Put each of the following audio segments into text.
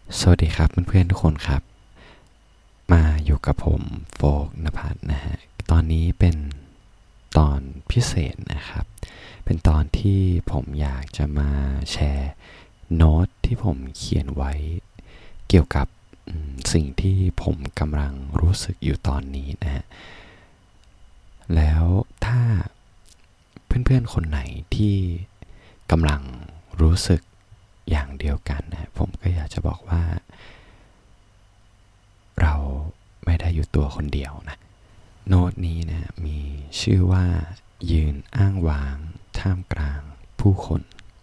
สวัสดีครับเพื่อนๆทุกคนครับมาอยู่กับผมโฟกนภัสนะฮะตอนนี้เป็นตอนพิเศษนะครับเป็นตอนที่ผมอยากจะมาแชร์โน้ตที่ผมเขียนไว้เกี่ยวกับสิ่งที่ผมกำลังรู้สึกอยู่ตอนนี้นะฮะแล้วถ้าเพื่อนๆคนไหนที่กำลังรู้สึกอย่างเดียวกันนะผมก็อยากจะบอกว่าเราไม่ได้อยู่ตัวคนเดียวนะโน้ตนี้นะมีชื่อว่ายืนอ้างว้างท่ามกลางผู้คน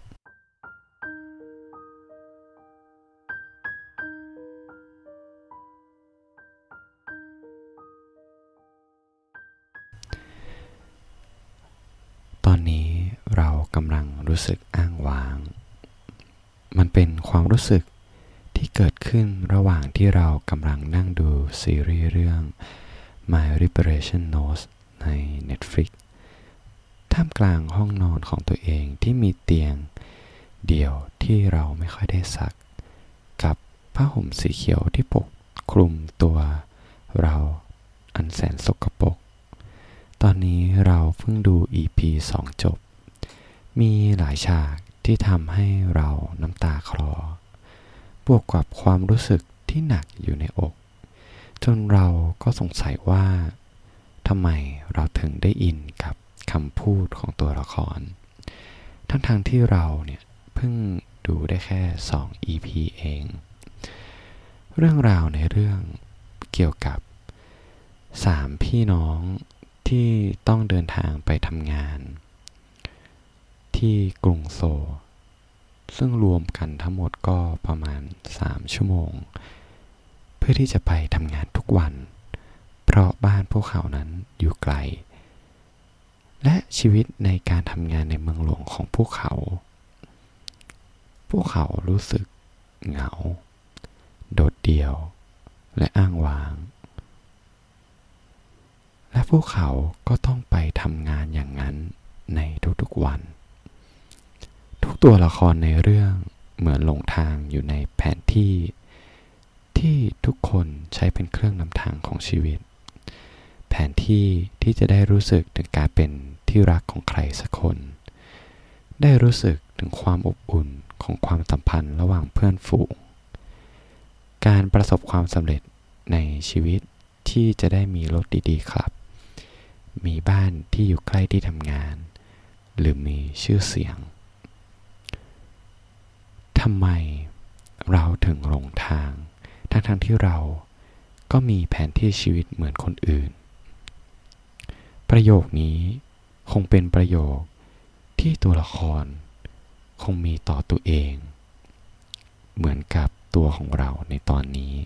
ตอนนี้เรากำลังรู้สึกอ้างว้างมันเป็นความรู้สึกที่เกิดขึ้นระหว่างที่เรากำลังนั่งดูซีรีส์เรื่อง My Liberation Notes ใน Netflix ท่ามกลางห้องนอนของตัวเองที่มีเตียงเดี่ยวที่เราไม่ค่อยได้ซักกับผ้าห่มสีเขียวที่ปกคลุมตัวเราอันแสนสกปรกตอนนี้เราเพิ่งดู EP 2จบมีหลายฉากที่ทำให้เราน้ำตาคลอบวกกับความรู้สึกที่หนักอยู่ในอกจนเราก็สงสัยว่าทำไมเราถึงได้อินกับคำพูดของตัวละครทั้งที่เราเนี่ยเพิ่งดูได้แค่2 EP เองเรื่องราวในเรื่องเกี่ยวกับ3พี่น้องที่ต้องเดินทางไปทำงานที่กรุงโซลซึ่งรวมกันทั้งหมดก็ประมาณ3ชั่วโมงเพื่อที่จะไปทำงานทุกวันเพราะบ้านพวกเขานั้นอยู่ไกลและชีวิตในการทำงานในเมืองหลวงของพวกเขารู้สึกเหงาโดดเดี่ยวและอ้างว้างและพวกเขาก็ต้องไปทำงานอย่างนั้นในทุกๆวันทุกตัวละครในเรื่องเหมือนหลงทางอยู่ในแผนที่ที่ทุกคนใช้เป็นเครื่องนำทางของชีวิตแผนที่ที่จะได้รู้สึกถึงการเป็นที่รักของใครสักคนได้รู้สึกถึงความอบอุ่นของความสัมพันธ์ระหว่างเพื่อนฝูงการประสบความสำเร็จในชีวิตที่จะได้มีรถดีๆครับมีบ้านที่อยู่ใกล้ที่ทำงานหรือมีชื่อเสียงทำไมเราถึงหลงทางทั้งที่เราก็มีแผนที่ชีวิตเหมือนคนอื่นประโยคนี้คงเป็นประโยคที่ตัวละครคงมีต่อตัวเองเหมือนกับตัวของเราในตอนนี้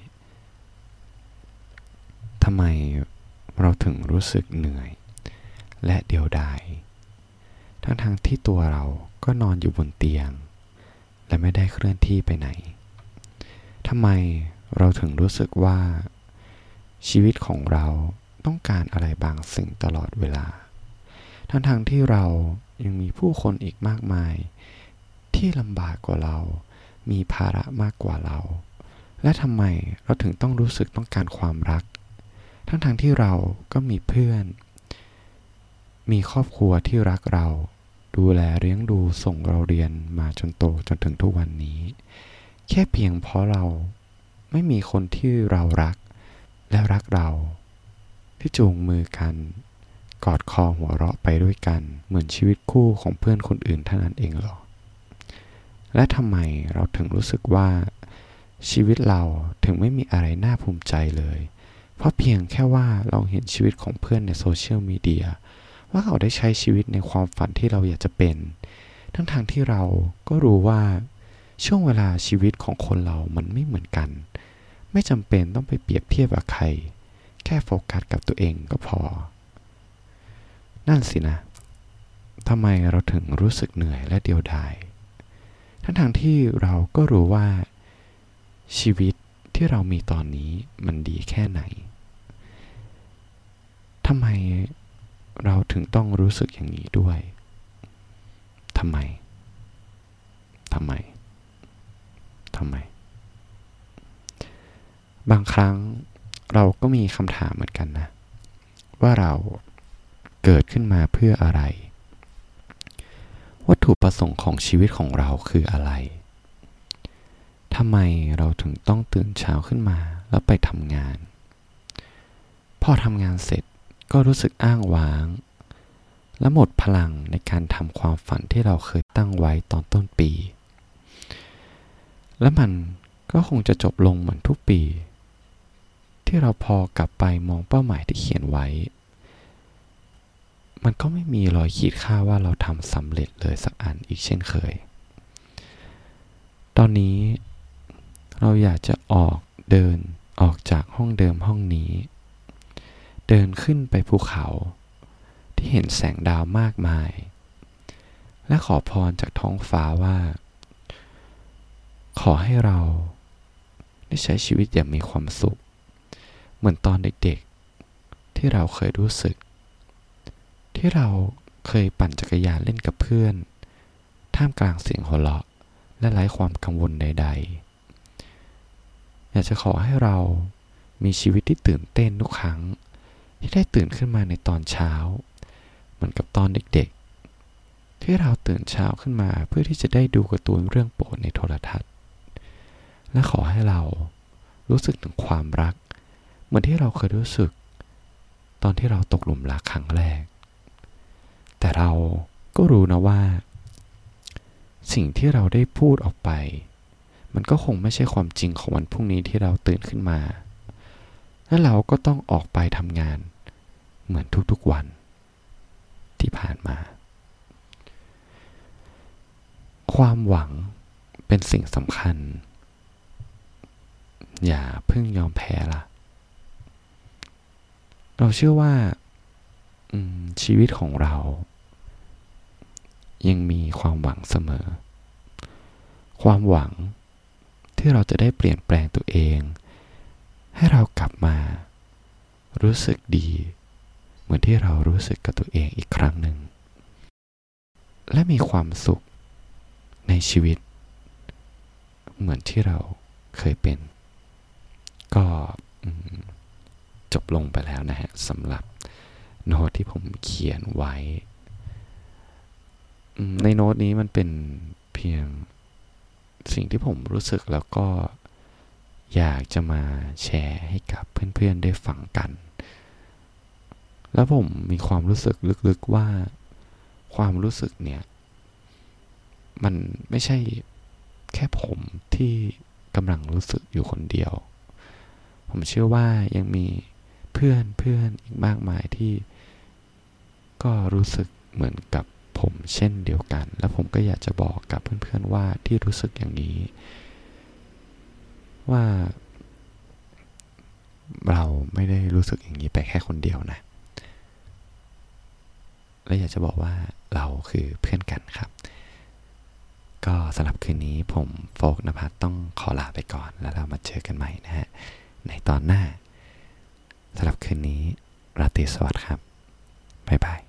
ทำไมเราถึงรู้สึกเหนื่อยและเดียวดายทั้งที่ตัวเราก็นอนอยู่บนเตียงและไม่ได้เคลื่อนที่ไปไหนทำไมเราถึงรู้สึกว่าชีวิตของเราต้องการอะไรบางสิ่งตลอดเวลาทั้งที่เรายังมีผู้คนอีกมากมายที่ลำบากกว่าเรามีภาระมากกว่าเราและทำไมเราถึงต้องรู้สึกต้องการความรักทั้งที่เราก็มีเพื่อนมีครอบครัวที่รักเราดูแลเลี้ยงดูส่งเราเรียนมาจนโตจนถึงทุกวันนี้แค่เพียงเพราะเราไม่มีคนที่เรารักและรักเราที่จูงมือกันกอดคอหัวเราะไปด้วยกันเหมือนชีวิตคู่ของเพื่อนคนอื่นเท่านั้นเองหรอและทำไมเราถึงรู้สึกว่าชีวิตเราถึงไม่มีอะไรน่าภูมิใจเลยเพราะเพียงแค่ว่าเราเห็นชีวิตของเพื่อนในโซเชียลมีเดียว่าเขาได้ใช้ชีวิตในความฝันที่เราอยากจะเป็นทั้งที่เราก็รู้ว่าช่วงเวลาชีวิตของคนเรามันไม่เหมือนกันไม่จำเป็นต้องไปเปรียบเทียบกับใครแค่โฟกัสกับตัวเองก็พอนั่นสินะทำไมเราถึงรู้สึกเหนื่อยและเดียวดายทั้งที่เราก็รู้ว่าชีวิตที่เรามีตอนนี้มันดีแค่ไหนทำไมเราถึงต้องรู้สึกอย่างนี้ด้วยทำไมบางครั้งเราก็มีคำถามเหมือนกันนะว่าเราเกิดขึ้นมาเพื่ออะไรวัตถุประสงค์ของชีวิตของเราคืออะไรทำไมเราถึงต้องตื่นเช้าขึ้นมาแล้วไปทำงานพอทำงานเสร็จก็รู้สึกอ้างว้างและหมดพลังในการทำความฝันที่เราเคยตั้งไว้ตอนต้นปีและมันก็คงจะจบลงเหมือนทุกปีที่เราพอกลับไปมองเป้าหมายที่เขียนไว้มันก็ไม่มีรอยขีดค่าว่าเราทำสำเร็จเลยสักอันอีกเช่นเคยตอนนี้เราอยากจะเดินออกจากห้องเดิมห้องนี้เดินขึ้นไปภูเขาที่เห็นแสงดาวมากมายและขอพรจากท้องฟ้าว่าขอให้เราได้ใช้ชีวิตอย่างมีความสุขเหมือนตอนเด็กๆที่เราเคยรู้สึกที่เราเคยปั่นจักรยานเล่นกับเพื่อนท่ามกลางเสียงหัวเราะและไร้ความกังวลใดๆอยากจะขอให้เรามีชีวิตที่ตื่นเต้นทุกครั้งที่ได้ตื่นขึ้นมาในตอนเช้าเหมือนกับตอนเด็กๆที่เราตื่นเช้าขึ้นมาเพื่อที่จะได้ดูการ์ตูนเรื่องโปรดในโทรทัศน์และขอให้เรารู้สึกถึงความรักเหมือนที่เราเคยรู้สึกตอนที่เราตกหลุมรักครั้งแรกแต่เราก็รู้นะว่าสิ่งที่เราได้พูดออกไปมันก็คงไม่ใช่ความจริงของวันพรุ่งนี้ที่เราตื่นขึ้นมาและเราก็ต้องออกไปทำงานเหมือนทุกๆวันที่ผ่านมาความหวังเป็นสิ่งสำคัญอย่าเพิ่งยอมแพ้ล่ะเราเชื่อว่าชีวิตของเรายังมีความหวังเสมอความหวังที่เราจะได้เปลี่ยนแปลงตัวเองให้เรากลับมารู้สึกดีเหมือนที่เรารู้สึกกับตัวเองอีกครั้งหนึ่งและมีความสุขในชีวิตเหมือนที่เราเคยเป็นก็จบลงไปแล้วนะฮะสำหรับโน้ตที่ผมเขียนไว้ในโน้ตนี้มันเป็นเพียงสิ่งที่ผมรู้สึกแล้วก็อยากจะมาแชร์ให้กับเพื่อนๆได้ฟังกันแล้วผมมีความรู้สึกลึกๆว่าความรู้สึกเนี่ยมันไม่ใช่แค่ผมที่กำลังรู้สึกอยู่คนเดียวผมเชื่อว่ายังมีเพื่อนอีกมากมายที่ก็รู้สึกเหมือนกับผมเช่นเดียวกันและผมก็อยากจะบอกกับเพื่อนๆว่าที่รู้สึกอย่างนี้ว่าเราไม่ได้รู้สึกอย่างนี้ไปแค่คนเดียวนะและอยากจะบอกว่าเราคือเพื่อนกันครับก็สำหรับคืนนี้ผมโฟกนภัสต้องขอลาไปก่อนแล้วเรามาเจอกันใหม่นะฮะในตอนหน้าสำหรับคืนนี้ราตรีสวัสดิ์ครับบ๊ายบาย